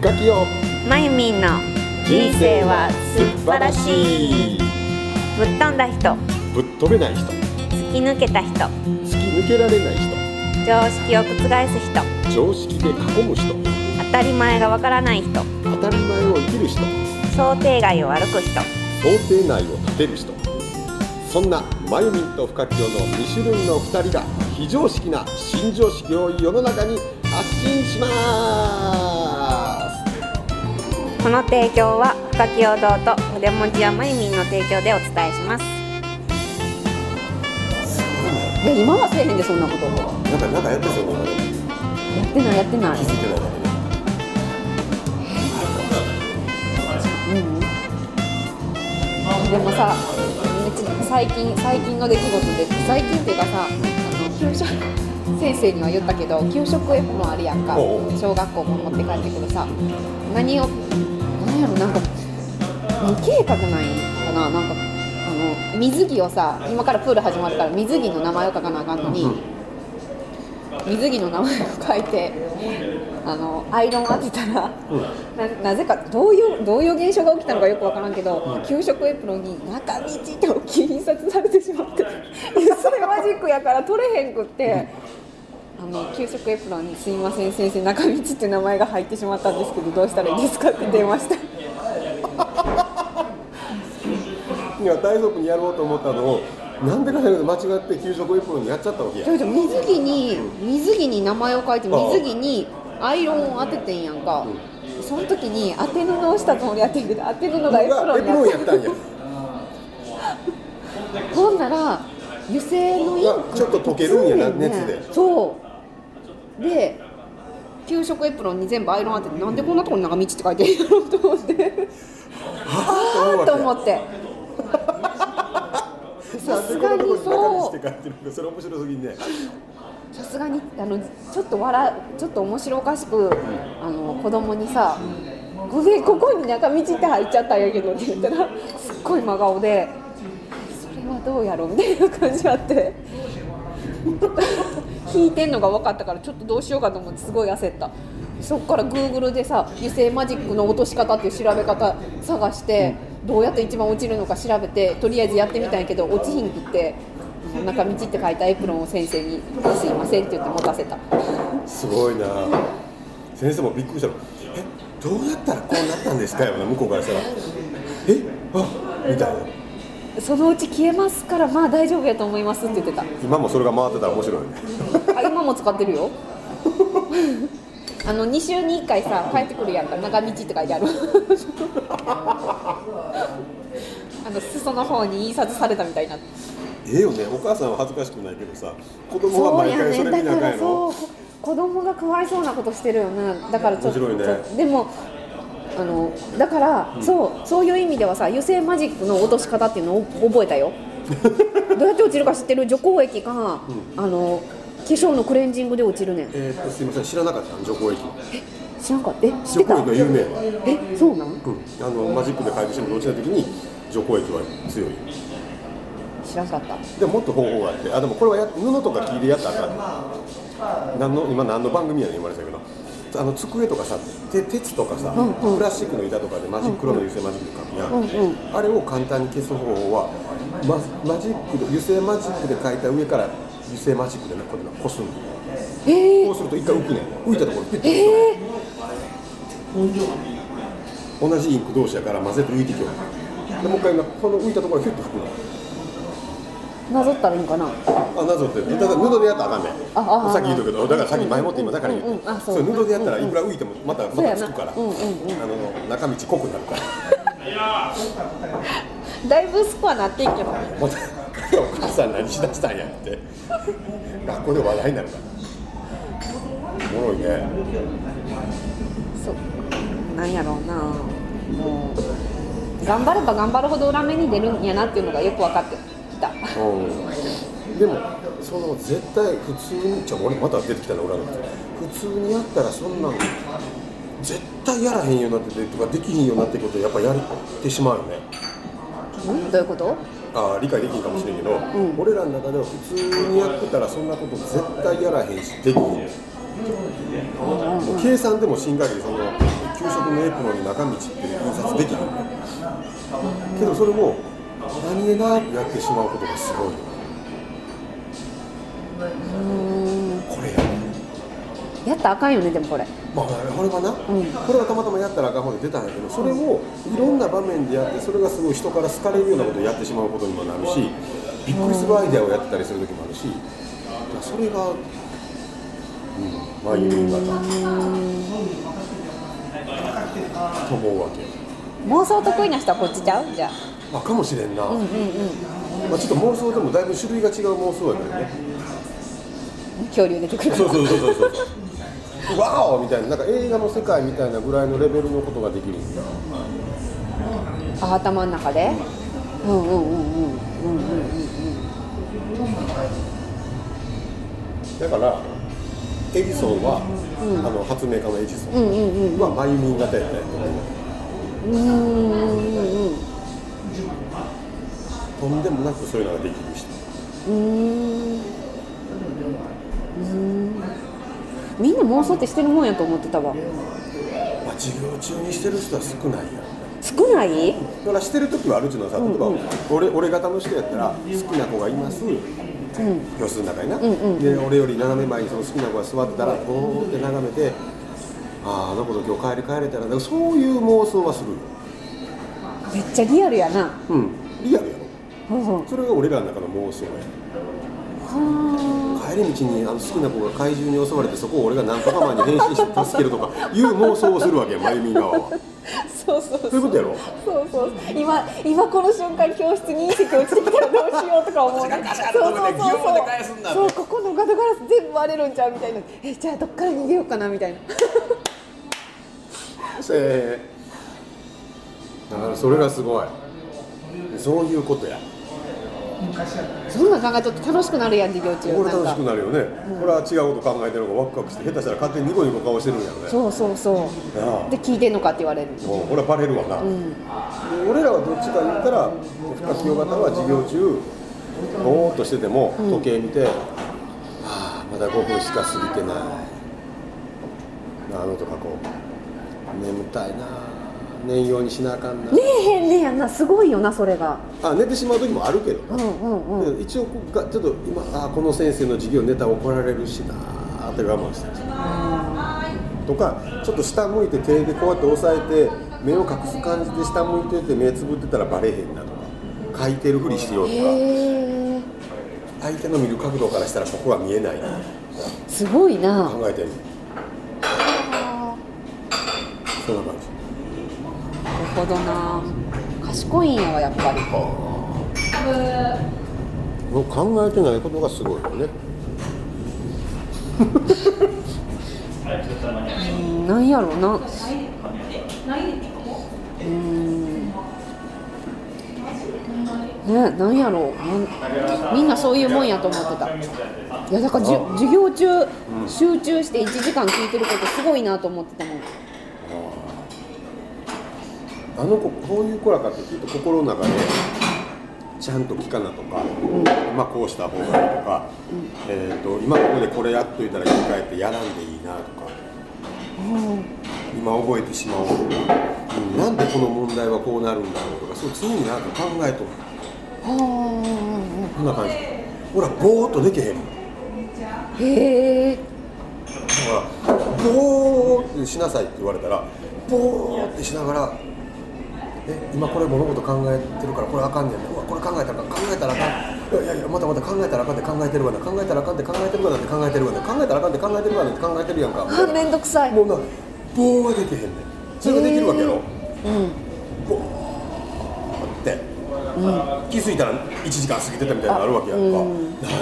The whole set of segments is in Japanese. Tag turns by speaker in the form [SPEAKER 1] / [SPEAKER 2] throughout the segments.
[SPEAKER 1] 深きよ
[SPEAKER 2] まゆみんの人生は素晴らしい。ぶっ飛んだ人、
[SPEAKER 1] ぶっ飛べない人、
[SPEAKER 2] 突き抜けた人、
[SPEAKER 1] 突き抜けられない人、
[SPEAKER 2] 常識を覆す人、
[SPEAKER 1] 常識で囲む人、
[SPEAKER 2] 当たり前がわからない人、
[SPEAKER 1] 当たり前を生きる人、
[SPEAKER 2] 想定外を歩く人、
[SPEAKER 1] 想定内を立てる人、そんなまゆみんと深きよの2種類の2人が非常識な新常識を世の中に発信します。
[SPEAKER 2] この提供は深きよ堂と筆文字やまゆみんの提供でお伝えします。
[SPEAKER 3] いや今はせえへんでそんなこと。
[SPEAKER 1] なんかやってそうなのね。
[SPEAKER 3] やってない。
[SPEAKER 1] 気づいてないからね。
[SPEAKER 3] でもさ、最近の出来事で、最近っていうかさ、給食先生には言ったけど、給食エプロンあるやんか。小学校も持って帰ってくるさ、何やろ、なんか未計画ないかな、なんか水着をさ、今からプール始まるから水着の名前を書かなあかんのに、水着の名前を書いてアイロン当てたら、なぜかどういう現象が起きたのかよくわからんけど、給食エプロンに中道って大きい印刷されてしまってそれマジックやから取れへんくって、給食エプロンにすいません先生中道って名前が入ってしまったんですけどどうしたらいいですかって電話した
[SPEAKER 1] いや大族にやろうと思ったのをなんでか間違って給食エプロンにやっちゃったわけや。
[SPEAKER 3] 水着に名前を書いて水着にアイロンを当ててんやんか、その時に当て布をしたつもりやってんけど当て布がエプロンに
[SPEAKER 1] やったんや
[SPEAKER 3] ほんなら油性のインク
[SPEAKER 1] ちょっと溶けるんやな、熱で。
[SPEAKER 3] そうで給食エプロンに全部アイロン当てて、なんでこんなところに中道って書いてるんやろうと思ってはぁと思ってさすがにそう
[SPEAKER 1] それ面白すぎんね。
[SPEAKER 3] さすがにちょっと面白おかしく子供にさここに中道って入っちゃったんやけどって言ったらすっごい真顔でそれはどうやろうみたいな感じあって引いてんのが分かったからちょっとどうしようかと思ってすごい焦った。そっから Google でさ油性マジックの落とし方っていう調べ方探してどうやって一番落ちるのか調べてとりあえずやってみたんやけど落ちひんくって中道って書いたエプロンを先生にすいませんって言って持たせた。
[SPEAKER 1] すごいな。先生もびっくりしたの。どうやったらこうなったんですかよな、向こうからしたらみたいな。
[SPEAKER 3] そのうち消えますからまあ大丈夫やと思いますって言ってた。
[SPEAKER 1] 今もそれが回ってたら面白いね
[SPEAKER 3] 今も使ってるよ2週に1回さ帰ってくるやんか、中道って書いてある裾の方に印刷されたみたいな。
[SPEAKER 1] よね、お母さんは恥ずかしくないけどさ、子供は毎回それ見なあかんやろ。
[SPEAKER 3] 子供がかわいそうなことしてるよね。だからちょっと
[SPEAKER 1] 面白いね。
[SPEAKER 3] でもだから、そういう意味ではさ油性マジックの落とし方っていうのを覚えたよどうやって落ちるか知ってる？除光液か、化粧のクレンジングで落ちるねん。
[SPEAKER 1] すいません、知らなかった除光液。
[SPEAKER 3] 知らんかった。知ってた？
[SPEAKER 1] 除光液は有名。
[SPEAKER 3] そうなん？
[SPEAKER 1] マジックで書いてしまう落ちた時に除光液は強い。
[SPEAKER 3] 知らんかった。
[SPEAKER 1] でももっと方法があって、でもこれは布とか木でやったらあかん。今何の番組やねん言われたけど、机とかさ、鉄とかさ、プラスチックの板とかで黒の油性マジックで書くやん、あれを簡単に消す方法は、油性マジックで書いた上から油性マジックでこれこすんの。こうすると一回浮くねん。浮いたところピッと浮くの。同じインク同士やから混ぜて浮いてきよう。でもう一回この浮いたところヒュッと吹くの。
[SPEAKER 3] なぞったらいいんかな。
[SPEAKER 1] なぞって、だから布でやったらあかんねん。さっき言うとけど、だからさっき前もって今だから言うと、そう布でやったらいくら浮いてもまたつくから、中道濃くなるから
[SPEAKER 3] だいぶ薄くはなってんけど、
[SPEAKER 1] またお母さん何しだしたんやって学校で話題になるからおもろいね。
[SPEAKER 3] そうなんやろうな、もう頑張れば頑張るほど裏目に出るんやなっていうのがよく分かってきた。
[SPEAKER 1] でも絶対普通に俺また出てきたの裏の普通にやったらそんなん絶対やらへんようになっててとかできひんようになっていくことやっぱやってしまうよね。
[SPEAKER 3] どういうこと？
[SPEAKER 1] 理解できんかもしれんけど、俺らの中では普通にやってたらそんなこと絶対やらへんしできひん。計算でもしんがり給食のエプロンに中道って印刷できるけど、それも何気なくやってしまうことがすごい。これやね。
[SPEAKER 3] やったらあかんよね、でもこれ。
[SPEAKER 1] まあ、これはな、これはたまたまやったらあかん方で出たんやけど、それをいろんな場面でやって、それがすごい人から好かれるようなことをやってしまうことにもなるし、びっくりするアイデアをやってたりする時もあるし、それが、まゆみ型と思うわけ。
[SPEAKER 3] 妄想得意な人はこっちちゃう？じゃあ。
[SPEAKER 1] かもしれんな。まあちょっと妄想でもだいぶ種類が違う妄想やからね。
[SPEAKER 3] 恐竜出てくる。
[SPEAKER 1] そうわーみたいな、なんか映画の世界みたいなぐらいのレベルのことができるんだ。
[SPEAKER 3] 頭の中で。
[SPEAKER 1] だからエジソンは、発明家のエジソンはマユミン型やったんやとんでもなくそういうのができる人。
[SPEAKER 3] みんな妄想ってしてるもんやと思ってたわ。
[SPEAKER 1] 授業中にしてる人は少ないやん。
[SPEAKER 3] 少ない？
[SPEAKER 1] だからしてる時はあるっていうのはさ、例えば、俺型の人やったら好きな子がいます、教室の中にな、で俺より斜め前にその好きな子が座ってたらボーって眺めて、あの子と今日帰れたら、だからそういう妄想はするよ。
[SPEAKER 3] めっちゃリアルやな。
[SPEAKER 1] リアルやろ。それが俺らの中の妄想や。帰り道に好きな子が怪獣に襲われて、そこを俺がなんとかマンに変身して助けるとかいう妄想をするわけや、まゆみ側は。
[SPEAKER 3] そう
[SPEAKER 1] いうことやろ。
[SPEAKER 3] 今この瞬間教室に隕石落ちてきたらどうしようとか思う。そうここの窓ガラス全部割れるんちゃうみたいな。じゃあどっから逃げようかなみたいな。
[SPEAKER 1] だからそれがすごい。そういうことや。
[SPEAKER 3] そんな考えとって楽しくなるやん、授業中。
[SPEAKER 1] これ楽しくなるよね。これは違うこと考えてるのがワクワクして、下手したら勝手にニコニコ顔してるんやろね。
[SPEAKER 3] そうで聞いてんのかって言われる。
[SPEAKER 1] これはバレるわな。俺らはどっちか言ったら、深清型は授業中ぼーっとしてても時計見て、まだ5分しか過ぎてない、とかこう眠たいな、寝んようにしなあかんな、
[SPEAKER 3] 寝えへんねやな。すごいよな、それが。
[SPEAKER 1] 寝てしまう時もあるけど、一応ちょっと今この先生の授業寝たら怒られるしなーって我慢してるとか、ちょっと下向いて手でこうやって押さえて目を隠す感じで下向いてて目つぶってたらバレへんなとか、書いてるふりしようとか、相手の見る角度からしたらここは見えないな、
[SPEAKER 3] すごいな。
[SPEAKER 1] 考えてる。そんな感じ。
[SPEAKER 3] なるほどな。賢いんやわ、やっぱり。
[SPEAKER 1] もう考えてないことがすごいよね。
[SPEAKER 3] なんやろうな。なんやろう。みんなそういうもんやと思ってた。いやだから授業中、集中して1時間聞いてることすごいなと思ってたもん。
[SPEAKER 1] あの子こういう子らかってきっと心の中でちゃんと聞かなとか、こうした方がいいとか、今ここでこれやっといたら言い換えてやらんでいいなとか、今覚えてしまおうとか、なんでこの問題はこうなるんだろうとか、そう常になんか考えとる。こんな感じ。ほらぼーっとできへんもん。
[SPEAKER 3] へえ。
[SPEAKER 1] だからぼーってしなさいって言われたらぼーってしながら、今これ物事考えてるからこれあかんねんね、これ考えたらあかん、いやまた考えたらあかんって考えてるわな、考えたらあかんって考えてるわなって考えてるわな、考えたらあかんって考えてるわなって考えてるやんか。
[SPEAKER 3] めんどくさい。
[SPEAKER 1] もうな、棒はできへんねん。それができるわけやろ。ボーって気づいたら1時間過ぎてたみたいなのあるわけやんか。ない。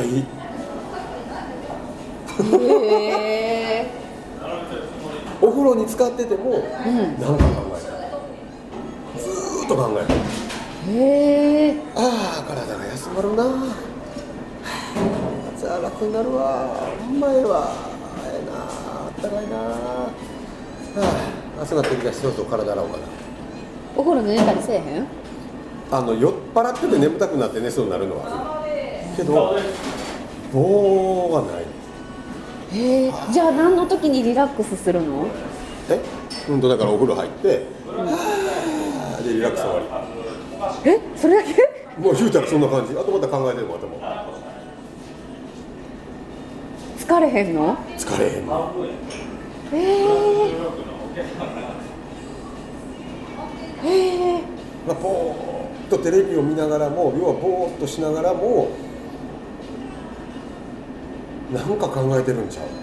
[SPEAKER 1] お風呂に浸かってても何か考えた。ずーっと考えた。体が休まるな。夏は楽になるわ。ほんまええわ。ええな。あったかいな。朝がってきたし、そうそう体洗おうかな。
[SPEAKER 3] お風呂で寝たりせえへん？
[SPEAKER 1] 酔っ払ってて眠たくなって寝そうになるのはあるけど、棒はない。
[SPEAKER 3] じゃあ何の時にリラックスするの？
[SPEAKER 1] うんとだからお風呂入ってはーでリラックス終わり。
[SPEAKER 3] それだけ？
[SPEAKER 1] もう言うたらそんな感じ。あとまた考えてるもん頭。
[SPEAKER 3] 疲れへんの？
[SPEAKER 1] 疲れへんの。まあ、ぼーっとテレビを見ながらも、要はぼーっとしながらもなんか考えてるんちゃう。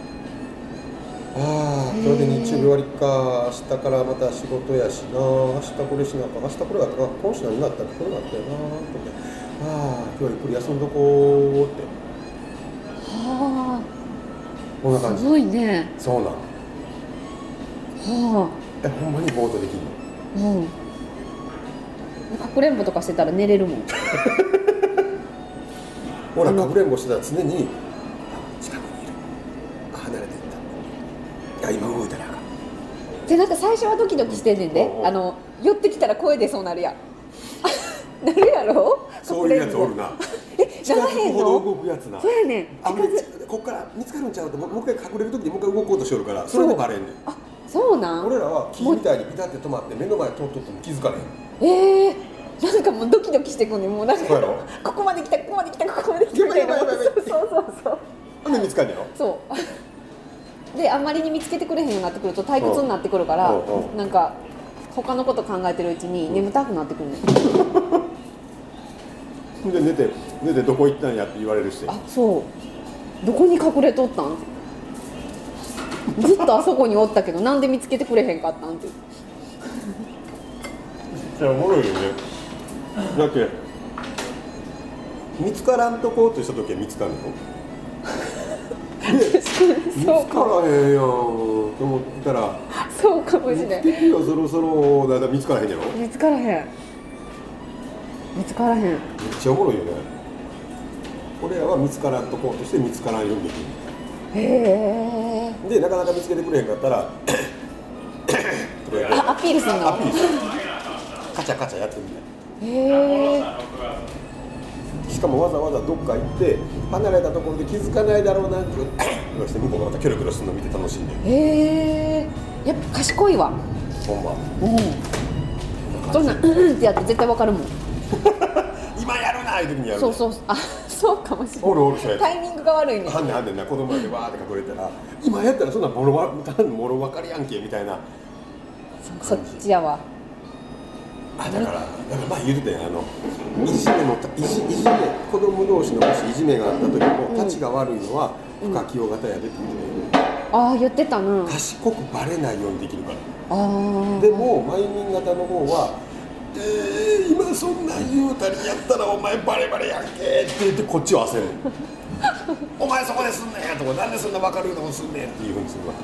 [SPEAKER 1] ああ、それで日曜日終わりか。明日からまた仕事やしな。明日これしなか。明日これがあったか。今週何があったっけ。これがあったよな。ああ、今日はゆっくり休んどこうって。
[SPEAKER 3] はあ、
[SPEAKER 1] こんな感じ。
[SPEAKER 3] すごいね。
[SPEAKER 1] そうなん。
[SPEAKER 3] は
[SPEAKER 1] ほんまにぼーっとできるの。
[SPEAKER 3] あ、うん。かくれんぼとかしてたら寝れるもん。
[SPEAKER 1] ほら、かくれんぼしてたら常に近くにいる。離れていった。いや、今動いたらあかん。
[SPEAKER 3] でなんか最初はドキドキしてんねんで、寄ってきたら声出そうなるやん。なるやろ？
[SPEAKER 1] そういうやつおるな。
[SPEAKER 3] ならへんの？
[SPEAKER 1] 近づくほど動くやつな。
[SPEAKER 3] そうやねん。
[SPEAKER 1] こっから見つかるんちゃうと、もう一回隠れる時にもう一回動こうとしよるから、それでバレんねん。
[SPEAKER 3] あ、そうなん？
[SPEAKER 1] 俺らは木みたいにピタって止まって目の前通っとっても気づかれへん。
[SPEAKER 3] なんかもうドキドキしてくんねん。もうなんか
[SPEAKER 1] そうやろ？
[SPEAKER 3] ここまで来た、ここまで来た、ここまで来たみたいな。
[SPEAKER 1] やばい
[SPEAKER 3] そう。
[SPEAKER 1] ほんで見つかんねやろ？
[SPEAKER 3] そうであんまりに見つけてくれへんようになってくると退屈になってくるからなんか他のこと考えてるうちに眠たくなってくるねん。
[SPEAKER 1] で寝てどこ行ったんやって言われるし。
[SPEAKER 3] あ、そう。どこに隠れとったん？ずっとあそこにおったけどなんで見つけてくれへんかったんって。
[SPEAKER 1] いや、おもろいよね。だって見つからんとこうとした時は見つかるの。見つからへんやんと思ったら、
[SPEAKER 3] そうかもしれない。
[SPEAKER 1] 見つけてよそろそろ。だから見つからへんやろ。
[SPEAKER 3] 見つからへん。
[SPEAKER 1] めっちゃおもろいよね。俺らは見つからんとこうとして見つからんようにできる。
[SPEAKER 3] へえ。
[SPEAKER 1] でなかなか見つけてくれへんかったら
[SPEAKER 3] アピールするの？
[SPEAKER 1] アピールする。カチャカチャやってみる。
[SPEAKER 3] へえ。
[SPEAKER 1] しかもわざわざどっか行って離れたところで気づかないだろうなってして向こうがまたキョロキョロするの見て楽しんでる。
[SPEAKER 3] へえ。やっぱ賢いわ。
[SPEAKER 1] ほんま。
[SPEAKER 3] そんなってやって絶対わかるもん。
[SPEAKER 1] 今やるなーいう時にやる。
[SPEAKER 3] そう。あ、そうかもしれない。
[SPEAKER 1] おるそうやつ。
[SPEAKER 3] タイミングが悪いね。
[SPEAKER 1] はんねんな。子供でわーって隠れたら今やったらそんなもろ分かりやんけみたいな。
[SPEAKER 3] そっちやわ。
[SPEAKER 1] だから前言うてたやん。いじめ子供同士のもしいじめがあった時もたちが悪いのは深清型やでって言うてたよ。
[SPEAKER 3] ああ、言ってたな。
[SPEAKER 1] 賢くバレないようにできるから。
[SPEAKER 3] ああ。
[SPEAKER 1] でもマイミン型の方は今そんなん言うたりやったらお前バレバレやんけって言ってこっちを焦る。お前そこですんねんとかなんでそんな分かるようなことすんねんっていうふうにするわけ。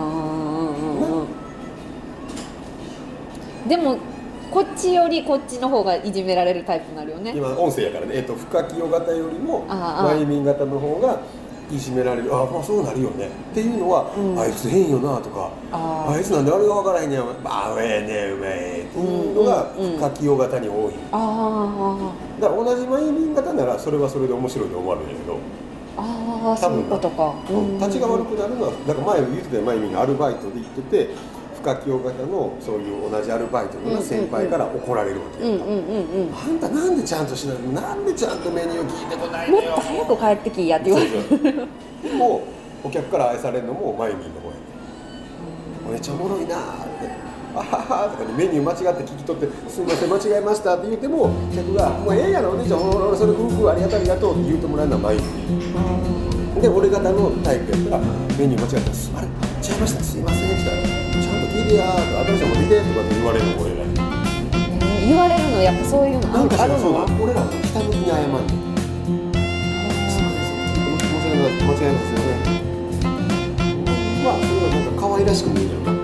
[SPEAKER 3] でもこっちよりこっちの方がいじめられるタイプになるよね。
[SPEAKER 1] 今音声やからね。深清型よりも
[SPEAKER 3] あ
[SPEAKER 1] マイミン型の方がいじめられる。まあそうなるよねっていうのは、あいつ変よなとか、あいつなんであれが分からへんねんバーウェーねうめえっていうのが深清型に多い。だから同じマイミン型ならそれはそれで面白いと思われるんやけど、
[SPEAKER 3] そういうことか。
[SPEAKER 1] 立ちが悪くなるのはだから前言ってたよ。マイミンがアルバイトで行ってて深清型のそういう同じアルバイトの先輩から怒られるわけやんか。あんたなんでちゃんとしないの、なんでちゃんとメニュー聞いてこないのよ、
[SPEAKER 3] もっと早く帰ってきいやって言われる。
[SPEAKER 1] でもお客から愛されるのもマイミンの方やね。めっちゃおもろいなーってあははとかでメニュー間違って聞き取ってすみません間違えましたって言っても客がもうええやろお姉ちゃん俺それグーグーありがとうって言うてもらえるのはマイミンで、俺型のタイプやったらメニュー間違えたらあれ違いましたすいませんって言ったらちゃんと聞いてやーと新しいもん見てとかって言われるの俺らに。
[SPEAKER 3] 言われるのやっぱそういうの
[SPEAKER 1] なんか
[SPEAKER 3] あるのは
[SPEAKER 1] 俺らもひたむきに謝るの。すいません申し訳ない間違えますよね。まあそれはなんか可愛らしく見えるよな。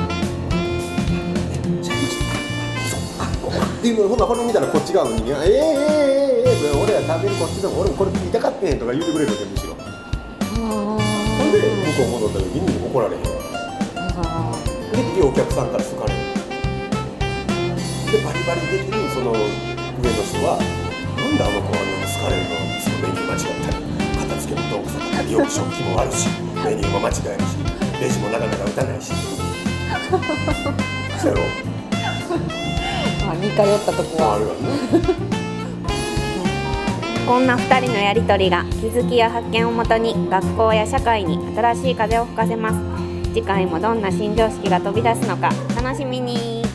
[SPEAKER 1] っていうのほんなこれ見たらこっち側の人間俺ら食べるこっちでも俺もこれ聞いたかってんとか言うてくれるわけむしろ。ほんで向こう戻った時に怒られへん。で次お客さんから好かれる。でバリバリできるその上の人はなんであの子は好かれるのそのメニュー間違ったり片付けの道具さんだったりよく食器もあるしメニューも間違えるしレジもなかなか打たないしそうやろ。
[SPEAKER 3] まあ似通ったとこは
[SPEAKER 1] あるわね。
[SPEAKER 2] こんな2人のやりとりが気づきや発見をもとに学校や社会に新しい風を吹かせます。次回もどんな新常識が飛び出すのか楽しみに。